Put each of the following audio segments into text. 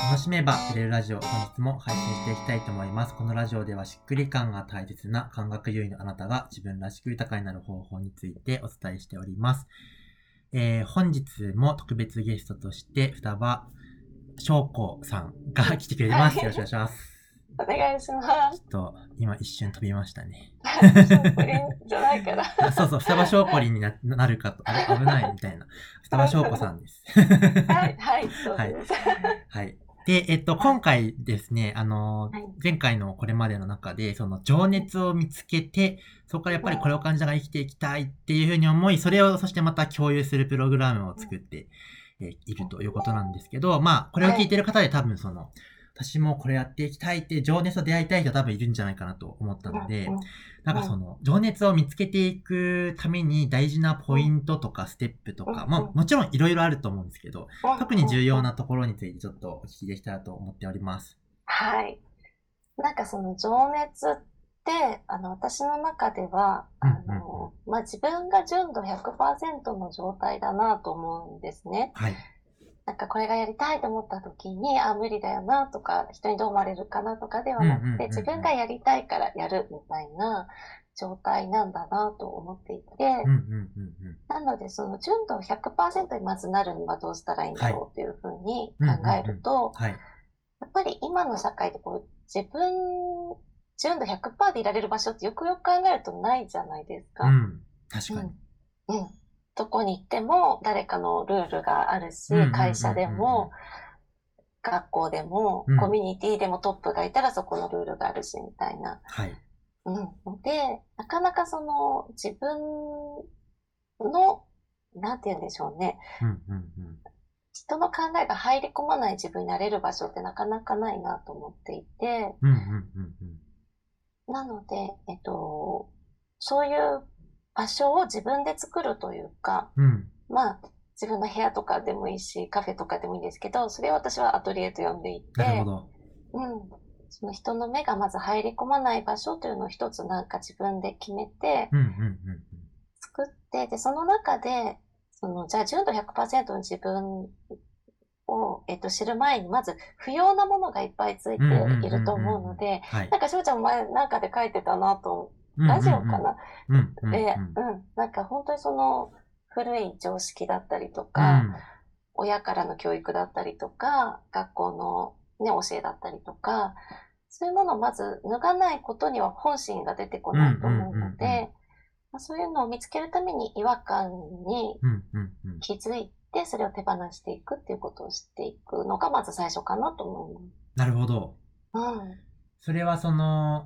楽しめば触れるラジオ、本日も配信していきたいと思います。このラジオではしっくり感が大切な感覚優位のあなたが自分らしく豊かになる方法についてお伝えしております。本日も特別ゲストとして双葉翔子さんが来てくれてます。よろしくお願いします。 お願いします。 ちょっと今一瞬飛びましたね。 ショーコリンじゃないから。 そうそう、双葉翔子に なるかと、あれ危ないみたいな。双葉翔子さんです。 はい、はい、そうです。 はい。で、今回ですね、 はい、 前回のこれまでの中で、その情熱を見つけて、そこからやっぱりこれを感じながら生きていきたいっていうふうに思い、それをそしてまた共有するプログラムを作っているということなんですけど、まあ、これを聞いてる方で多分その、私もこれやっていきたいって情熱と出会いたい人多分いるんじゃないかなと思ったので、なんかその情熱を見つけていくために大事なポイントとかステップとか、まあもちろんいろいろあると思うんですけど、特に重要なところについてちょっとお聞きできたらと思っております。 はい。なんかその情熱って、私の中では、まあ、自分が純度100%の状態だなと思うんですね。 はい。 なんかこれがやりたいと思った時に、無理だよなとか、人にどう思われるかなとかではなくて、自分がやりたいからやるみたいな状態なんだなと思っていて、なのでその純度100% にまずなるにはどうしたらいいんだろうというふうに考えると、やっぱり今の社会でこう自分、純度100% でいられる場所ってよくよく考えるとないじゃないですか。 確かに。 どこに行っても誰かのルールがあるし、会社でも、学校でも、コミュニティでもトップがいたらそこのルールがあるし、みたいな。 はい。 で、なかなかその自分の、なんて言うんでしょうね。人の考えが入り込まない自分になれる場所ってなかなかないなと思っていて、なので、そういう場所を自分で作るというか、まあ、自分の部屋とかでもいいし、カフェとかでもいいんですけど、それを私はアトリエと呼んでいて、 なるほど。 その人の目がまず入り込まない場所というのを一つなんか自分で決めて、作って、で、その中で、じゃあ純度100%の自分を、知る前に、まず不要なものがいっぱいついていると思うので、なんか翔ちゃん前なんかで書いてたなと、ラジオかな。なんか本当にその古い常識だったりとか、親からの教育だったりとか、学校のね、教えだったりとか、そういうものをまず脱がないことには本心が出てこないと思うので、そういうのを見つけるために違和感に気づいて、それを手放していくっていうことをしていくのがまず最初かなと思います。 なるほど。それはその、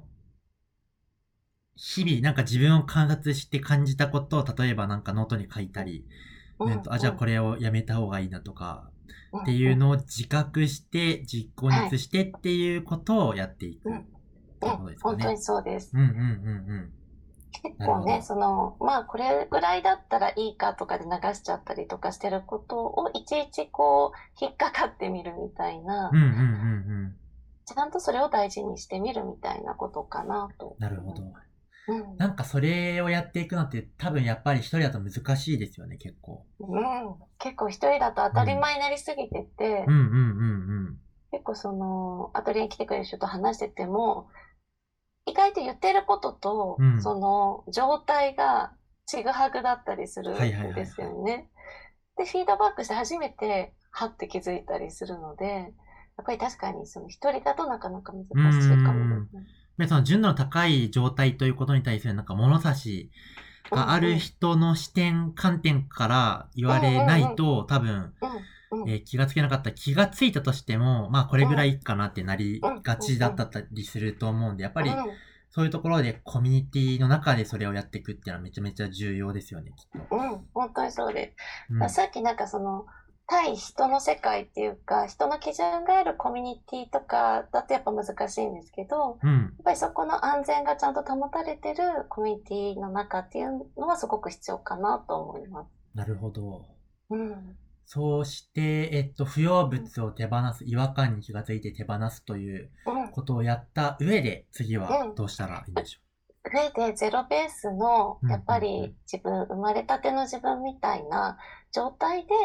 日々なんか自分を観察して感じたことを例えばなんかノートに書いたり、じゃあこれをやめた方がいいなとかっていうのを自覚して実行に移してっていうことをやっていくっていうことですかね。 本当にそうです。結構ね、まあこれぐらいだったらいいかとかで流しちゃったりとかしてることをいちいちこう引っかかってみるみたいな、ちゃんとそれを大事にしてみるみたいなことかなと。 なるほど。なんかそれをやっていくのって多分やっぱり一人だと難しいですよね、結構。 結構一人だと当たり前になりすぎてて、結構アトリエに来てくれる人と話してても、意外と言ってることと、その状態がちぐはぐだったりするんですよね。で、フィードバックして初めて、はって気づいたりするので、やっぱり確かにその一人だとなかなか難しいかもですね。 その純度の高い状態ということに対するなんか物差しがある人の視点、観点から言われないと多分、気がつけなかった気がついたとしても、まあこれぐらいいいかなってなりがちだったりすると思うんで、やっぱりそういうところでコミュニティの中でそれをやっていくっていうのはめちゃめちゃ重要ですよね、きっと。 本当にそうです。さっきなんか対人の世界っていうか、人の基準があるコミュニティとかだとやっぱ難しいんですけど、やっぱりそこの安全がちゃんと保たれてるコミュニティの中っていうのはすごく必要かなと思います。 なるほど。そうして、不要物を手放す、違和感に気がついて手放すということをやった上で、次はどうしたらいいんでしょう。上でゼロベースの、やっぱり生まれたての自分みたいな状態で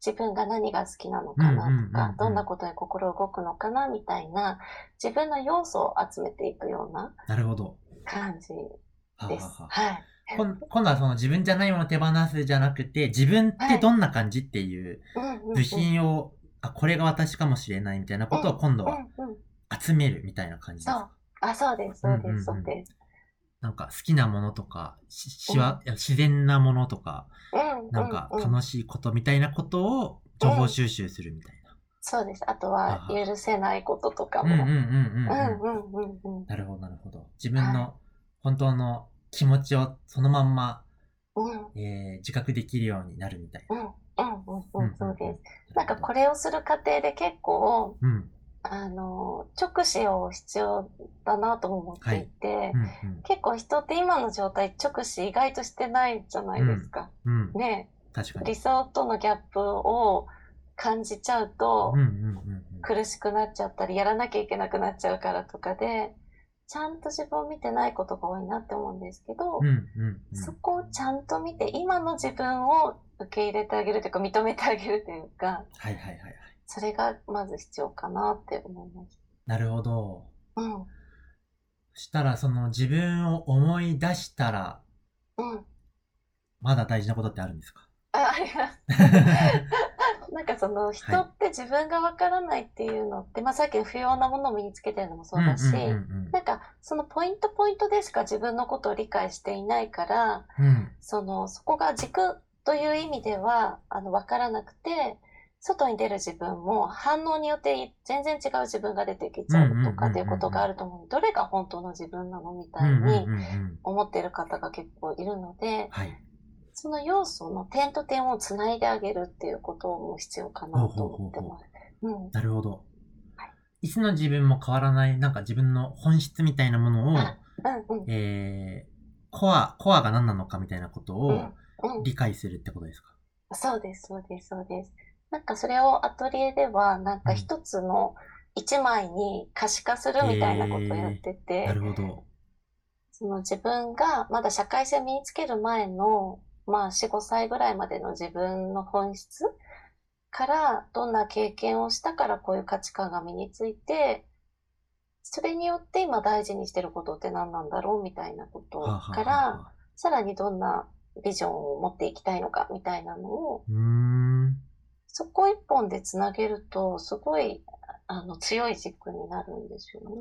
自分が何が好きなのかなとか、どんなことに心動くのかなみたいな、自分の要素を集めていくような感じです。はい。 今度はその自分じゃないものを手放すじゃなくて、自分ってどんな感じっていう部品を、これが私かもしれないみたいなことを今度は集めるみたいな感じですか？ そうです、そうです、そうです。 なんか好きなものとか、自然なものとか、なんか楽しいことみたいなことを情報収集するみたいな。 そうです。あとは許せないこととかも。 なるほど、なるほど。自分の本当の気持ちをそのまんま、自覚できるようになるみたいな。 そうです。なんかこれをする過程で結構、直視を必要だなと思っていて、結構人って今の状態直視意外としてないじゃないですか。ね。 確かに。 理想とのギャップを感じちゃうと、苦しくなっちゃったり、やらなきゃいけなくなっちゃうからとかで、ちゃんと自分を見てないことが多いなって思うんですけど、そこをちゃんと見て、今の自分を受け入れてあげるというか、認めてあげるというか、それがまず必要かなって思います。 なるほど。そしたら、その自分を思い出したら、まだ大事なことってあるんですか？ あります。なんかその人って自分がわからないっていうのって、さっきの不要なものを身につけてるのもそうだし、なんかそのポイントでしか自分のことを理解していないから、そこが軸という意味ではわからなくて、外に出る自分も反応によって全然違う自分が出てきちゃうとかっていうことがあると思う。どれが本当の自分なのみたいに思っている方が結構いるので、その要素の点と点をつないであげるっていうことも必要かなと思ってます。 なるほど。いつの自分も変わらない、なんか自分の本質みたいなものを、コアが何なのかみたいなことを理解するってことですか？ そうです、そうです、そうです。なんかそれをアトリエでは、なんか一つの一枚に可視化するみたいなことをやってて、 なるほど。 その自分がまだ社会性身につける前の、4、5歳ぐらいまでの自分の本質からどんな経験をしたからこういう価値観が身について、それによって今大事にしてることって何なんだろうみたいなことから、さらにどんなビジョンを持っていきたいのかみたいなのを、そこ一本でつなげると、すごい強い軸になるんですよね。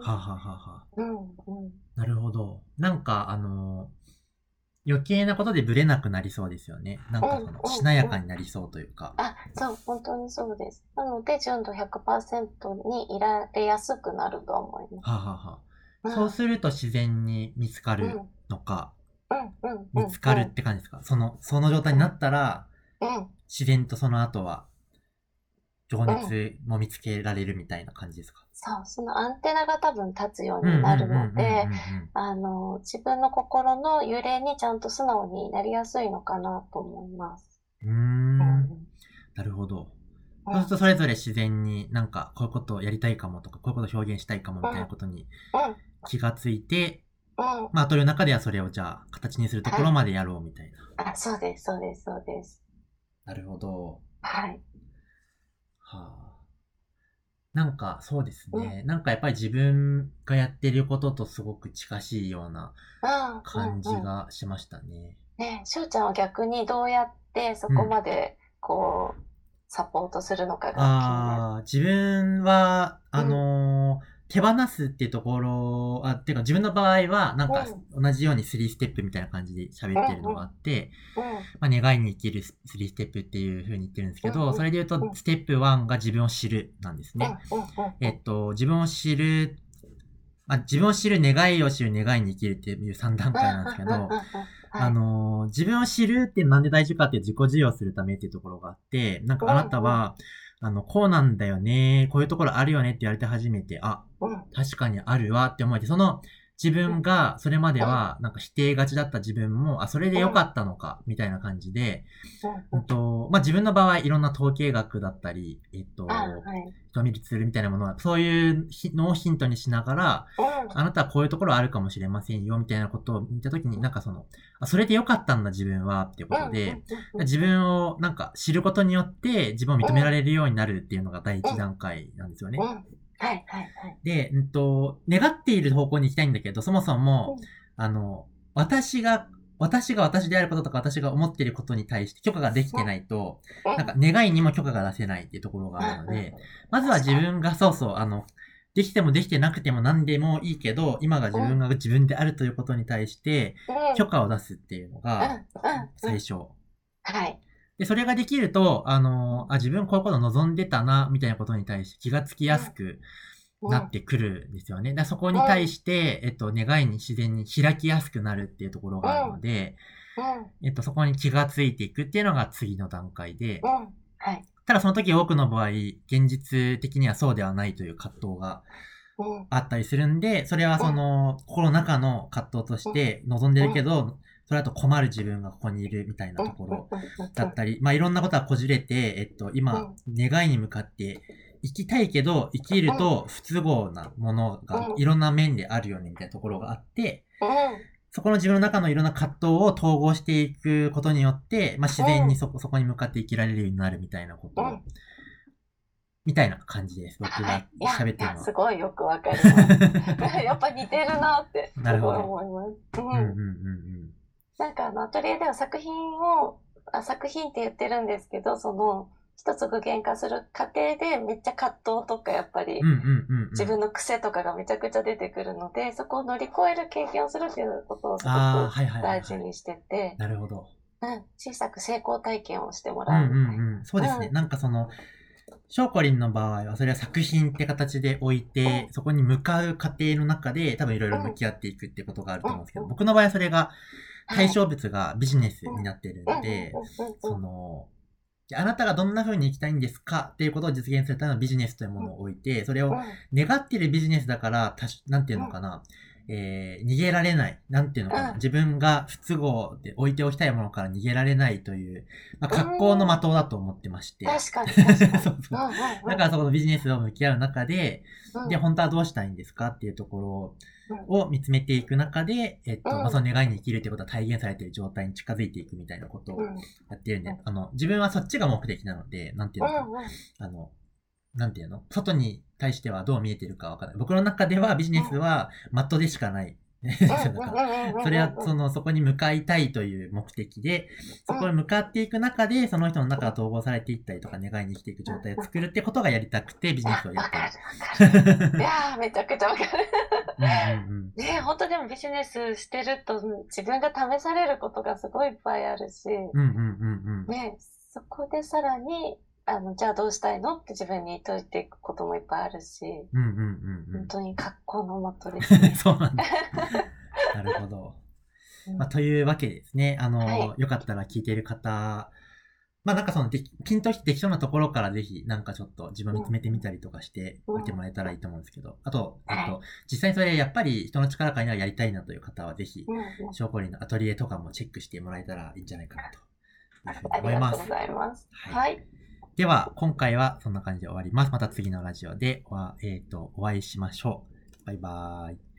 なるほど。なんか余計なことでブレなくなりそうですよね。なんかしなやかになりそうというか。 そう、本当にそうです。なので、純度 100% にいられやすくなると思います。 そうすると自然に見つかるのか、見つかるって感じですか？その状態になったら、自然とその後は、情熱も見つけられるみたいな感じですか？ そう、そのアンテナが多分立つようになるので、自分の心の揺れにちゃんと素直になりやすいのかなと思います。 なるほど。そうするとそれぞれ自然になんかこういうことをやりたいかもとか、こういうことを表現したいかもみたいなことに気がついて、という中ではそれをじゃあ形にするところまでやろうみたいな。 そうです、そうです、そうです。 なるほど。 はい。 なんかそうですね。なんかやっぱり自分がやってることとすごく近しいような感じがしましたね。 しゅうちゃんは逆にどうやってそこまでこう、サポートするのかが気になる。 自分は、手放すっていうところ、っていうか自分の場合は、なんか同じように3ステップみたいな感じで喋ってるのがあって、願いに生きる3ステップっていう風に言ってるんですけど、それで言うと、ステップ1が自分を知るなんですね。自分を知る、自分を知る、願いを知る、願いに生きるっていう3段階なんですけど、自分を知るってなんで大事かっていう自己授与するためっていうところがあって、なんかあなたは、こうなんだよね、こういうところあるよねって言われて初めて、確かにあるわって思えて、その自分がそれまではなんか否定がちだった自分も、あ、それで良かったのか、みたいな感じで、まあ、自分の場合いろんな統計学だったり、人見るツールみたいなものは、そういうのをヒントにしながら、あなたはこういうところあるかもしれませんよ、みたいなことを見たときに、なんかそれで良かったんだ自分は、っていうことで、自分をなんか知ることによって自分を認められるようになるっていうのが第一段階なんですよね。 はいはいはい。 で、願っている方向に行きたいんだけど、そもそも、私が私であることとか私が思っていることに対して許可ができてないと、なんか願いにも許可が出せないっていうところがあるので、まずは自分ができてもできてなくても何でもいいけど、今が自分が自分であるということに対して許可を出すっていうのが最初。 はい。 で、それができると、自分こういうこと望んでたな、みたいなことに対して気がつきやすくなってくるんですよね。そこに対して、願いに自然に開きやすくなるっていうところがあるので、そこに気がついていくっていうのが次の段階で、ただその時多くの場合、現実的にはそうではないという葛藤があったりするんで、それは心の中の葛藤として望んでるけど、それだと困る自分がここにいるみたいなところだったり、まあいろんなことがこじれて、今、願いに向かって生きたいけど、生きると不都合なものがいろんな面であるよねみたいなところがあって、そこの自分の中のいろんな葛藤を統合していくことによって、まあ自然にそこに向かって生きられるようになるみたいなことを、みたいな感じです。僕が喋ってるのは。 すごいよくわかります。やっぱ似てるなってすごい思います。なんかアトリエでは作品って言ってるんですけど、一つ具現化する過程でめっちゃ葛藤とかやっぱり自分の癖とかがめちゃくちゃ出てくるので、そこを乗り越える経験をするっていうことをすごく大事にしてて、 なるほど。 小さく成功体験をしてもらうみたいな。 そうですね。なんかショーコリンの場合はそれは作品って形で置いて、そこに向かう過程の中で多分いろいろ向き合っていくってことがあると思うんですけど、僕の場合はそれが対象物がビジネスになっているので、あなたがどんな風に生きたいんですかっていうことを実現するためのビジネスというものを置いて、それを願っているビジネスだから、なんていうのかな、逃げられない。なんていうのかな。自分が不都合で置いておきたいものから逃げられないという、まあ、格好の的だと思ってまして。 確かに。そうそう。だからそこのビジネスを向き合う中で、で、本当はどうしたいんですかっていうところを見つめていく中で、まあ、その願いに生きるってことは体現されている状態に近づいていくみたいなことをやってるんで、自分はそっちが目的なので、なんていうのか、なんていうの？外に対してはどう見えてるかわからない。僕の中ではビジネスはマットでしかない。それはそこに向かいたいという目的で、そこに向かっていく中で、その人の中が統合されていったりとか、願いに生きていく状態を作るってことがやりたくて、ビジネスをやってる。いやー、めちゃくちゃわかる。ね、本当でもビジネスしてると自分が試されることがすごいいっぱいあるし、ね、そこでさらに、じゃあどうしたいのって自分に問いていくこともいっぱいあるし、本当に格好の的ですね。 そうなんだ。なるほど。まあ、というわけですね。よかったら聞いている方、まあなんかピンとできそうなところからぜひなんかちょっと自分を見つめてみたりとかしてみてもらえたらいいと思うんですけど、あと、実際にそれやっぱり人の力借りながらやりたいなという方はぜひ、ショーコリンのアトリエとかもチェックしてもらえたらいいんじゃないかなというふうに思います。 ありがとうございます。はい。 では、今回はそんな感じで終わります。また次のラジオでお会いしましょう。バイバーイ。